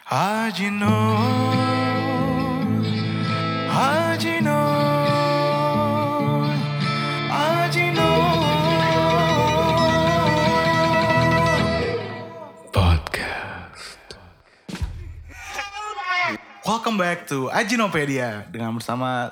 Hajino, Hajino, Hajino Podcast. Welcome back to Ajinopedia dengan bersama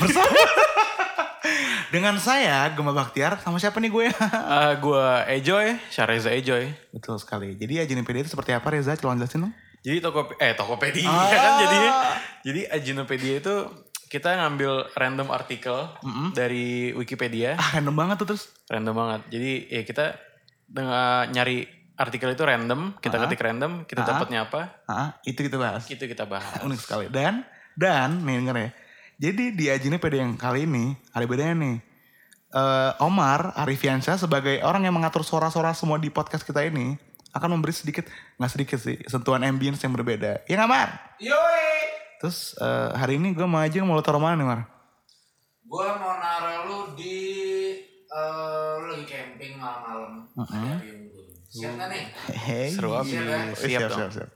dengan saya Gema Baktiar sama siapa nih gue? Gue Ejoy, Syareza Ejoy. Betul sekali. Jadi Ajinopedia itu seperti apa, Reza? Coba jelasin dong. Jadi Tokopedia kan jadi Ajinopedia itu kita ngambil random artikel dari Wikipedia. Random banget tuh terus. Random banget. Jadi ya kita nyari artikel itu random, kita ketik random, kita dapatnya apa? Itu kita bahas. Itu kita bahas. Unik sekali. Dan nih denger ya. Jadi di Ajinopedia yang kali ini ada bedanya nih. Omar Arifiansyah sebagai orang yang mengatur suara-suara semua di podcast kita ini akan memberi gak sedikit sih, sentuhan ambience yang berbeda. Ya gak, Mar? Yoi. Terus hari ini gue mau lo taruh mana nih, Mar? Gue mau naruh lu di lu lagi camping malam-malam. Siap gak nih? Hey. Seru abis. Siap dong. Siap.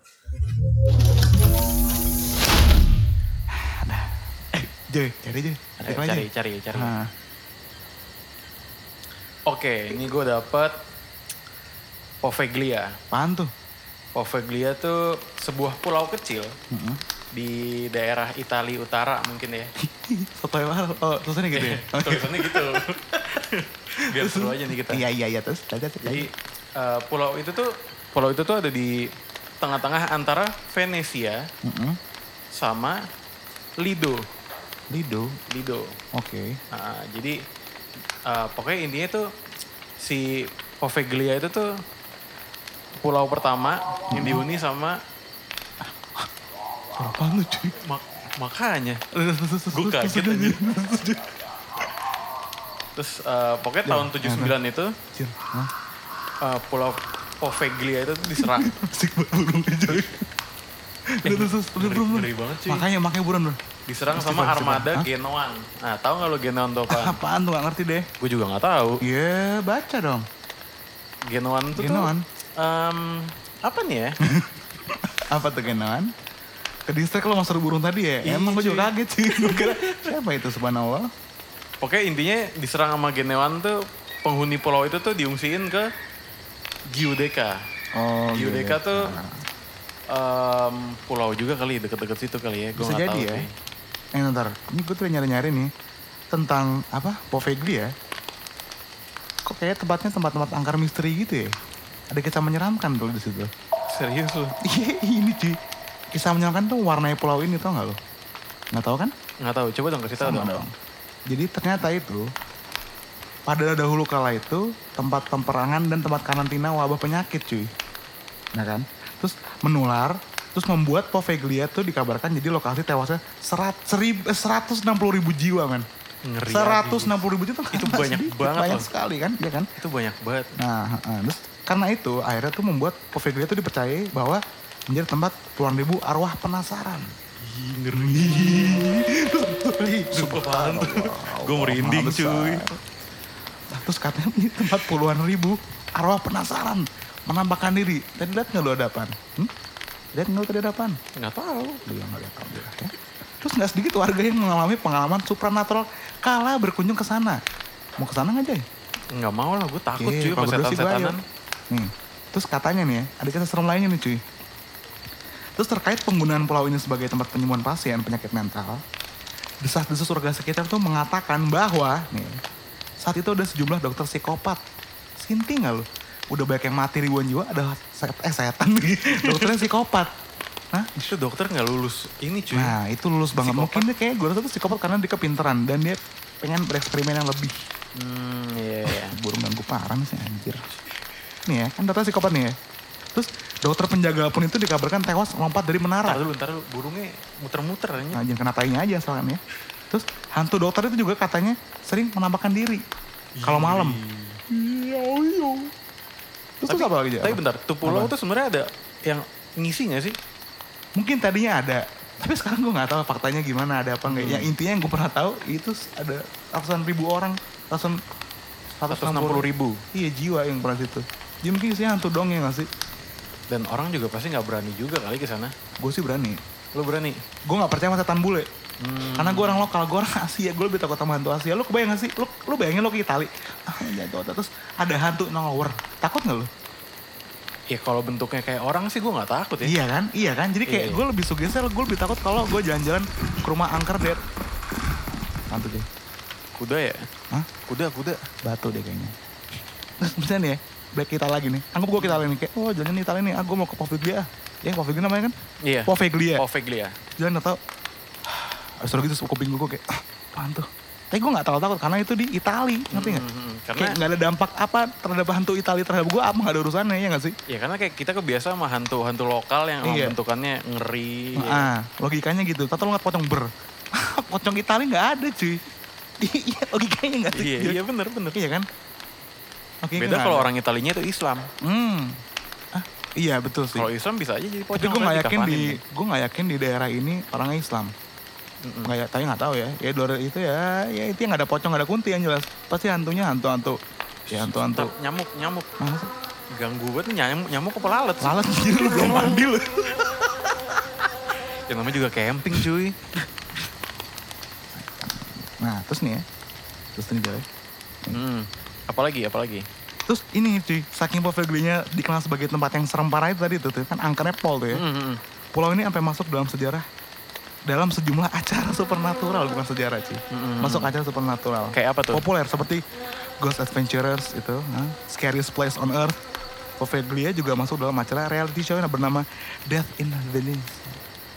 Joy, cari. Cari. Nah. Oke, ini gue dapet Poveglia. Apaan tuh? Poveglia tuh sebuah pulau kecil di daerah Italia Utara mungkin ya. Sotoy banget. Oh, tulisannya gitu ya? Tulisannya gitu. Biar seru aja nih kita. Iya. Terus Jadi pulau itu tuh ada di tengah-tengah antara Venesia sama Lido. Oke. Jadi pokoknya intinya tuh si Poveglia itu tuh pulau pertama yang dihuni sama Apaan lu, cuy? makanya gue kaget aja. Terus pokoknya tahun 79 itu pulau Poveglia itu diserang. Asik banget burungnya, Joy. Belum. Ngeri banget cuy. Makanya buruan bro. Diserang sama armada Genoan. Nah, tahu nggak lo Genoan tuh apaan? Apaan tuh, gak ngerti deh. Gue juga nggak tahu. Iya, baca dong. Genoan tuh apa nih ya? Apa tuh Genoan? Ke distrik lo masuk burung tadi ya? Iya, Emang gue juga kaget sih. Gue kira siapa itu, subhanallah. Pokoknya intinya diserang sama Genoan tuh penghuni pulau itu tuh diungsiin ke Giudecca. Oh, Giudecca tuh pulau juga kali, deket-deket situ kali ya. Gue bisa nggak jadi tahu ya. sih. Ntar, ini gue tuh nyari-nyari nih tentang apa Poveglia. Kok kayak tempatnya tempat-tempat angker misteri gitu ya? Ada kisah menyeramkan tuh di situ. Serius lo? Iya, ini cuy. Kisah menyeramkan tuh warnai pulau ini, tau gak lo? Nggak tahu kan? Nggak tahu. Coba dong kasih tahu dong. Jadi ternyata itu pada dahulu kala itu tempat peperangan dan tempat karantina wabah penyakit, cuy. Nah kan? Terus menular, terus membuat Poveglia tuh dikabarkan jadi lokasi tewasnya 160.000 jiwa, man. Ngeri. 160.000 jiwa Itu banyak banget banyak loh. sekali kan, ya kan? Itu banyak banget. Nah, terus karena itu akhirnya tuh membuat Poveglia tuh dipercayai bahwa menjadi tempat puluhan ribu arwah penasaran. Ngeri. Sumpah apaan tuh. Gue merinding cuy. Nah, terus katanya ini tempat puluhan ribu arwah penasaran menampakkan diri. Tadi lihat nggak lu ada apaan? Lihat nggak lu tadi ada apaan? Nggak tahu. Lu yang nggak lihat ya. Terus nggak sedikit warga yang mengalami pengalaman supranatural kala berkunjung ke sana. Mau ke sana nggak, Jay? Nggak mau lah, gue takut Oke, cuy kalau pas berdua sih setan-setanan. Nih, terus katanya nih ya, ada kisah serem lainnya nih cuy. Terus terkait penggunaan pulau ini sebagai tempat penyembuhan pasien penyakit mental, desas-desus warga sekitar tuh mengatakan bahwa nih, saat itu ada sejumlah dokter psikopat. Sinting gak lu? Udah banyak yang mati ribuan jiwa, ada setan nih, dokternya psikopat. Hah? Itu dokter nggak lulus ini cuy. Nah itu lulus banget. Psikopat. Mungkin dia kayak gue rasa tuh psikopat karena dia kepinteran dan dia pengen bereksperimen yang lebih. Iya. Burung ganggu parah nih sih anjir. Nih ya, kan dokter psikopat nih ya. Terus dokter penjaga pun itu dikabarkan tewas lompat dari menara. Ntar dulu, burungnya muter-muter aja. Nah, jangan kena tainya aja soalnya ya. Terus hantu dokter itu juga katanya sering menampakkan diri kalau malam. Iya. Terus apa lagi? Tapi bentar, tuh pulau tuh sebenarnya ada yang ngisi gak sih? Mungkin tadinya ada, tapi sekarang gue nggak tahu faktanya gimana, ada apa enggak. Yang intinya yang gue pernah tahu itu ada ratusan ribu orang, 160.000. Iya jiwa yang pernah situ. Jadi mungkin isinya hantu dong ya gak sih? Dan orang juga pasti nggak berani juga kali ke sana. Gue sih berani. Lu berani? Gue gak percaya sama setan bule. Karena gue orang lokal, gue orang Asia, gue lebih takut sama hantu Asia. Lu kebayang gak sih? Lu bayangin lu ke Itali. Terus ada hantu nonglower. Takut gak lu? Ya kalau bentuknya kayak orang sih gue nggak takut ya. Iya kan? Jadi kayak Iya. gue lebih sugesti, gue lebih takut kalau gue jalan-jalan ke rumah angker deh. Hantu deh. Kuda ya? Hah? Kuda. Batu deh kayaknya. Terus misalnya nih ya, baik kita lagi nih. Anggap gue kita lagi nih. Kayak, jalan nih Itali nih. Gue mau ke Poveglia. Ya Poveglia namanya kan? Iya. Poveglia. Poveglia. Jalan gak tau. Suruh gitu kuping gue kayak, apaan tuh? Tapi gue gak terlalu takut karena itu di Itali, ngerti gak? Karena Kayak gak ada dampak apa terhadap hantu Itali terhadap gue, apa gak ada urusannya, ya gak sih? ya karena kayak kita kebiasa sama hantu lokal yang emang Iya. bentukannya ngeri. Logikanya gitu. Tahu lu ngeliat pocong pocong Itali gak ada cuy. Iya, logikanya gak sih? Iya bener. Iya kan? Logikanya Beda nggak kalau ada. orang Italinya itu Islam. Iya betul sih. Kalau Islam bisa aja jadi Tapi pocong. gue kan gak yakin dikafanin. gue gak yakin di daerah ini orangnya Islam. Tapi gak tahu ya. Ya luar itu ya itu yang gak ada pocong, gak ada kunti yang jelas. Pasti hantunya hantu-hantu. Ya hantu-hantu. Nyamuk. Mana sih? Ganggu banget nih, nyamuk apa lalat sih? Lalat anjir, lu belum mandi lu. Yang namanya juga camping cuy. Nah terus nih ya. Terus nih Joy. Apalagi? Terus ini cuy, saking Poveglia dikenal sebagai tempat yang serem parah itu tadi tuh kan angkernya pol tuh ya. Pulau ini sampai masuk dalam sejarah dalam sejumlah acara supernatural, bukan sejarah cuy. Masuk acara supernatural. Kayak apa tuh? Populer seperti Ghost Adventurers itu, Scariest Place on Earth. Poveglia juga masuk dalam acara reality show yang bernama Death in Venice.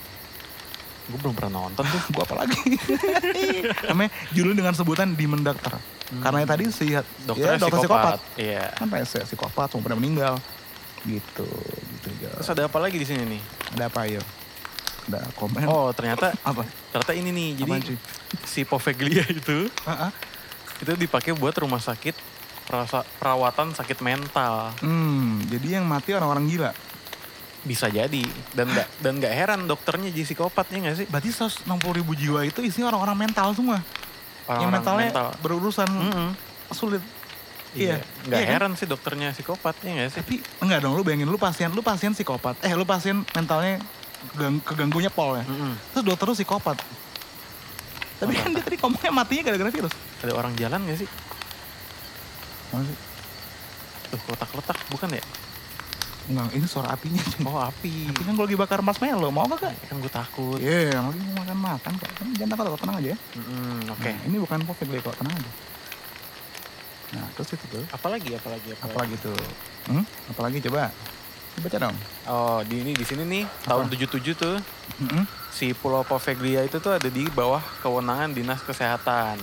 Gue belum pernah nonton tuh. Gue apa lagi? Namanya judul dengan sebutan Demon Doctor. Karena tadi si Dokternya dokter psikopat. Iya. Kan rese psikopat, mau pernah meninggal. Gitu ya. Terus ada apa lagi di sini nih? Ada apa ayo? Ada komen. Oh ternyata Apa? ini nih. Jadi Apaan, cuy? si Poveglia itu itu dipakai buat rumah sakit perawatan sakit mental. Jadi yang mati orang-orang gila. Bisa jadi dan nggak heran dokternya jadi psikopat ya nggak sih? Berarti 160.000 jiwa itu isinya orang-orang mental semua. Yang mentalnya berurusan sulit. Iya. Nggak Iya kan? heran sih dokternya psikopat ya nggak sih? Tapi enggak dong, lu bayangin lu pasien psikopat. Lu pasien mentalnya keganggunya pol ya. Terus dokter lu psikopat. Tapi kan dia tadi ngomongnya matinya gara-gara virus. Ada orang jalan nggak sih? Mana sih? Tuh kotak-kotak bukan ya? Enggak, ini suara apinya. Oh api. Tapi kan gue lagi bakar marshmallow, mau gak kak? Kan gue takut. Iya, lagi mau makan kok. Jangan takut, tenang aja ya. Oke. Nah, ini bukan Poveglia kok, tenang aja. Nah, terus itu tuh. Apalagi? Apalagi tuh? Apalagi coba? Baca dong. Oh di sini nih tahun 77 tuh si Pulau Poveglia itu tuh ada di bawah kewenangan Dinas Kesehatan.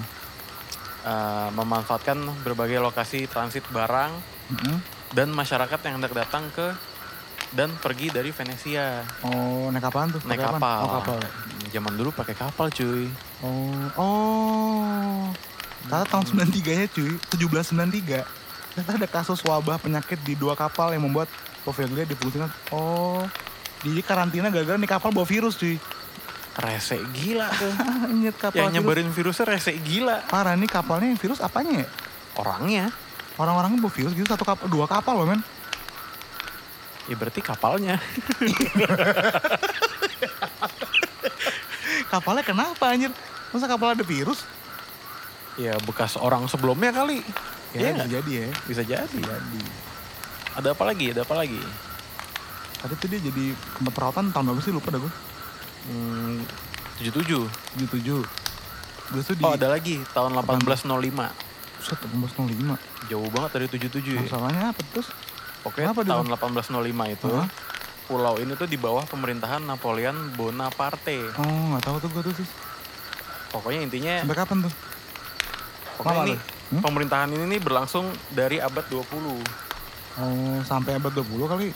Memanfaatkan berbagai lokasi transit barang dan masyarakat yang hendak datang ke dan pergi dari Venesia. Oh, naik apaan tuh? Naik Pakai apaan? kapal. Oh, kapal. Zaman dulu pakai kapal cuy. Ternyata tahun 93-nya cuy, 1793. Ternyata ada kasus wabah penyakit di 2 kapal yang membuat Poveglia difungsikan. Jadi karantina gara-gara nih kapal bawa virus cuy. Rese gila tuh. Ingat kapal Yang nyebarin virusnya rese gila. Parah nih kapalnya yang virus apanya ya? Orangnya. Orang-orangnya bawa virus gitu 2 kapal loh men. Ya berarti kapalnya. Kapalnya kenapa anjir? Masa kapal ada virus? Ya bekas orang sebelumnya kali. Ya, Iya bisa nggak? jadi ya. Bisa jadi. Jadi. Ada apa lagi? Tadi tuh dia jadi tempat perawatan tahun berapa sih lupa dah gue. 77. 77. Gue tuh di... Oh ada lagi tahun 1805. Buset, 1805. Jauh banget dari 77 ya. Masalahnya apa terus? Pokoknya Kenapa dia? tahun 1805 itu pulau ini tuh di bawah pemerintahan Napoleon Bonaparte. Oh gak tahu tuh gue tuh. Pokoknya intinya Sampai kapan tuh? pokoknya Lama ini tuh? pemerintahan ini nih berlangsung dari abad 20. Sampai abad 20 kali.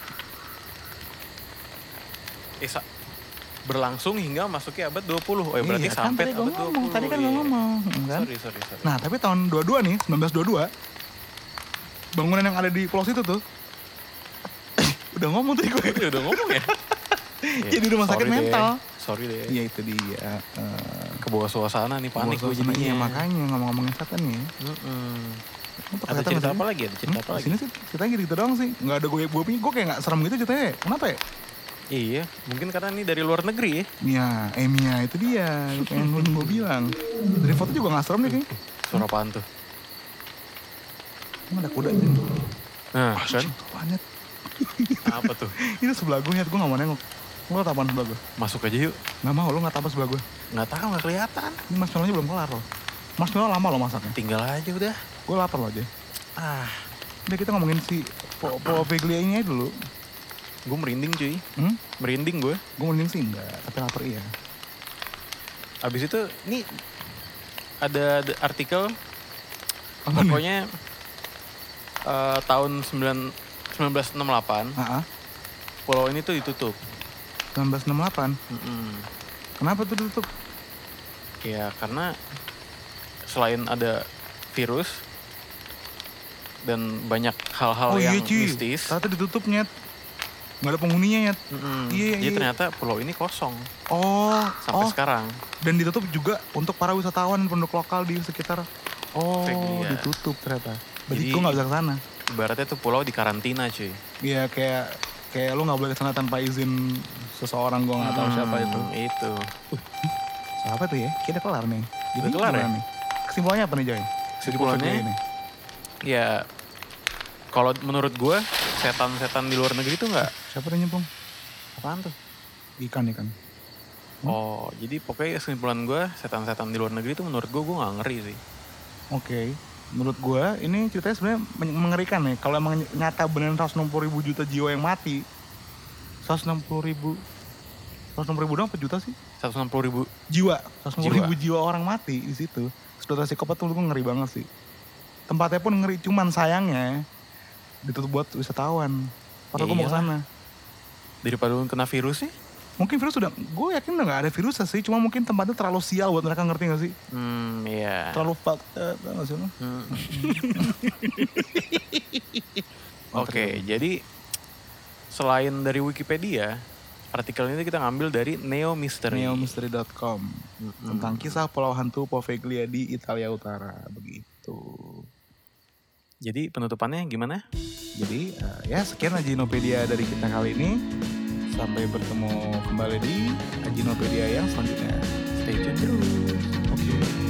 Berlangsung hingga masuknya abad 20. Oh ya berarti Iya, kan sampai tadi gua abad 20. ngomong, tadi kan gua Iya. ngomong, kan? Sorry. Nah tapi tahun 22 nih, 1922. Bangunan yang ada di pulau situ tuh. Udah ngomong tadi gue. Ya udah ngomong ya. Jadi rumah sakit Sorry deh. mental. Sorry deh. Iya itu dia. Ke bawah suasana nih panik gue jadinya. Iya makanya ngomong-ngomongin setan nih. Ada cerita apa lagi? Ada cerita apa lagi? Sini sih ceritanya gitu doang sih. Nggak ada gue kayak nggak serem gitu ceritanya. Kenapa ya? Iya, mungkin karena ini dari luar negeri ya. Mia itu dia. Yang gue bilang. Dari foto juga nggak serem nih kayaknya. Suara apaan tuh? Emang ada kuda ini. Nah, kan? Banyak. Apa tuh? Itu sebelah gue, gue gak mau nengok. Lo tau apaan sebelah gue? Masuk aja yuk. Gak mau, lo gak tau apa sebelah gue. Nggak tahu, nggak kelihatan. Ini marshmallow-nya belum kelar loh. Marshmallow lama loh masaknya. Tinggal aja udah. Gue lapar loh aja. Ah, Udah kita ngomongin si Poveglia ini aja dulu. gue merinding cuy. Merinding gue. Gue mending sih enggak, tapi lapar iya. Abis itu, nih ada artikel. Apa nih? Pokoknya tahun 1968, pulau ini tuh ditutup. 1968. Kenapa tuh ditutup? Ya karena selain ada virus dan banyak hal-hal yang mistis. Ternyata ditutup nyet. Gak ada penghuninya nyet. Jadi ternyata pulau ini kosong sampai Oh, sekarang. dan ditutup juga untuk para wisatawan penduduk lokal di sekitar. Oh, Poveglia. ditutup ternyata. Berarti Jadi- gue gak bisa kesana. Ibaratnya tuh pulau di karantina cuy. Iya kayak lu gak boleh kesana tanpa izin seseorang, gue gak tahu siapa itu. Itu. Siapa tuh ya? Kayaknya udah kelar nih. Jadi Udah kelar ya? gimana nih? Kesimpulannya apa nih Joy? Kesimpulannya? Ini. Ya kalau menurut gue setan-setan di luar negeri tuh nggak. Siapa yang nyempung? Apaan tuh? Ikan. Oh, jadi pokoknya kesimpulan gue setan-setan di luar negeri tuh menurut gue nggak ngeri sih. Oke. Menurut gue ini ceritanya sebenarnya mengerikan nih. Kalau emang nyata beneran 160.000 juta jiwa yang mati. 160.000 doang apa juta sih? 160.000. Jiwa. 160.000 jiwa orang mati di situ. Saudara psikopat tuh gue ngeri banget sih. Tempatnya pun ngeri, cuman sayangnya ditutup buat wisatawan. Padahal gue mau Iyalah. kesana. Daripada lu kena virus sih. Mungkin virus udah, gue yakin udah gak ada virusnya sih. Cuma mungkin tempatnya terlalu sial buat mereka, ngerti gak sih? Iya. Terlalu fucked up, tau gak sih lo? Oke, jadi selain dari Wikipedia, artikel ini kita ngambil dari Neo Mystery. Neomystery.com tentang kisah pulau hantu Poveglia di Italia Utara, begitu. Jadi penutupannya gimana? Jadi ya sekian Ajinopedia dari kita kali ini. Sampai bertemu kembali di Ajinopedia yang selanjutnya. Stay tune terus. Oke.